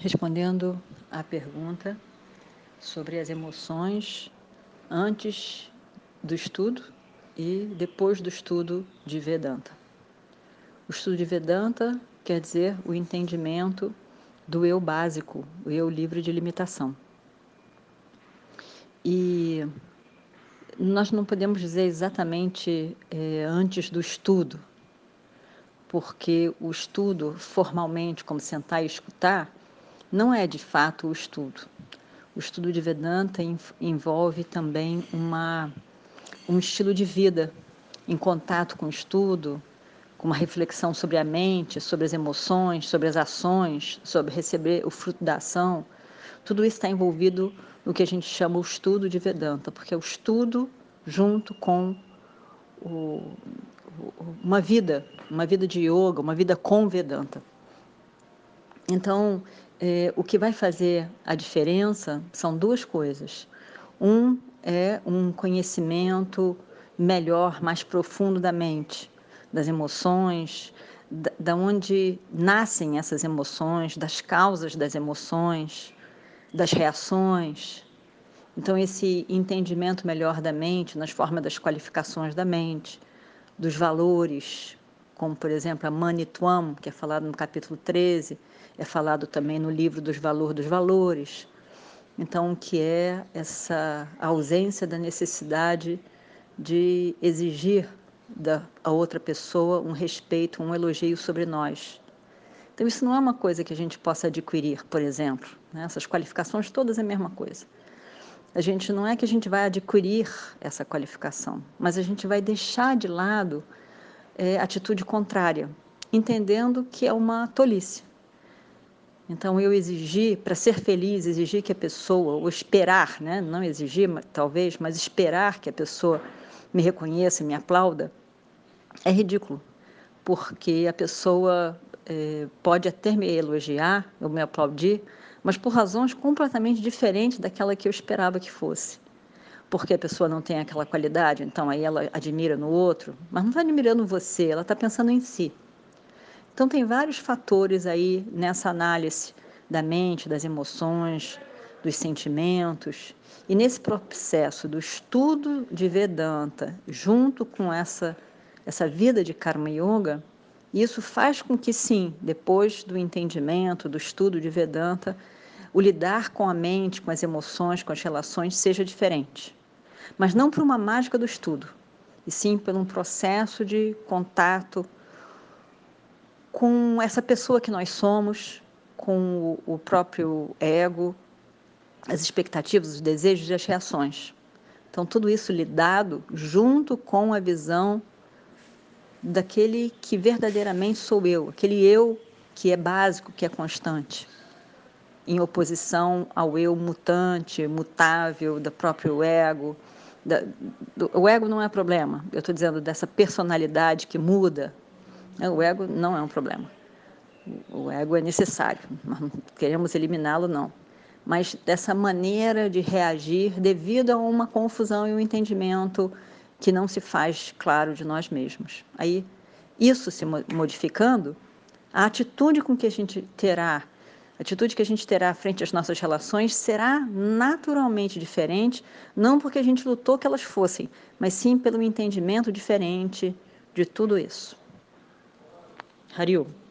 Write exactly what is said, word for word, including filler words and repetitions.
Respondendo à pergunta sobre as emoções antes do estudo e depois do estudo de Vedanta. O estudo de Vedanta quer dizer o entendimento do eu básico, o eu livre de limitação. E nós não podemos dizer exatamente é, antes do estudo, porque o estudo, formalmente, como sentar e escutar, não é de fato o estudo. O estudo de Vedanta envolve também uma, um estilo de vida em contato com o estudo, com uma reflexão sobre a mente, sobre as emoções, sobre as ações, sobre receber o fruto da ação. Tudo isso está envolvido no que a gente chama o estudo de Vedanta, porque é o estudo junto com o, uma vida, uma vida de yoga, uma vida com Vedanta. Então, é, o que vai fazer a diferença são duas coisas. Um é um conhecimento melhor, mais profundo da mente, das emoções, da, da onde nascem essas emoções, das causas das emoções, das reações. Então, esse entendimento melhor da mente, nas formas das qualificações da mente, dos valores, como, por exemplo, a Manitwam, que é falado no capítulo treze, é falado também no livro dos valores dos valores. Então, que é essa ausência da necessidade de exigir da a outra pessoa um respeito, um elogio sobre nós. Então, isso não é uma coisa que a gente possa adquirir, por exemplo, né? Essas qualificações todas é a mesma coisa. A gente não é que a gente vai adquirir essa qualificação, mas a gente vai deixar de lado é, atitude contrária, entendendo que é uma tolice. Então, eu exigir, para ser feliz, exigir que a pessoa, ou esperar, né? Não exigir, talvez, mas esperar que a pessoa me reconheça, me aplauda, é ridículo, porque a pessoa é, pode até me elogiar, ou me aplaudir, mas por razões completamente diferentes daquela que eu esperava que fosse. Porque a pessoa não tem aquela qualidade, então aí ela admira no outro, mas não está admirando você, ela está pensando em si. Então, tem vários fatores aí nessa análise da mente, das emoções, dos sentimentos. E nesse processo do estudo de Vedanta, junto com essa, essa vida de Karma Yoga, isso faz com que, sim, depois do entendimento, do estudo de Vedanta, o lidar com a mente, com as emoções, com as relações, seja diferente. Mas não por uma mágica do estudo, e sim por um processo de contato com essa pessoa que nós somos, com o, o próprio ego, as expectativas, os desejos e as reações. Então, tudo isso lidado junto com a visão daquele que verdadeiramente sou eu, aquele eu que é básico, que é constante, em oposição ao eu mutante, mutável, do próprio ego. Da, do, o ego não é problema, eu estou dizendo dessa personalidade que muda. O ego não é um problema. O ego é necessário, nós não queremos eliminá-lo, não. Mas dessa maneira de reagir devido a uma confusão e um entendimento que não se faz claro de nós mesmos. Aí, isso se modificando, a atitude com que a gente terá, a atitude que a gente terá frente às nossas relações será naturalmente diferente, não porque a gente lutou que elas fossem, mas sim pelo entendimento diferente de tudo isso. Hariu.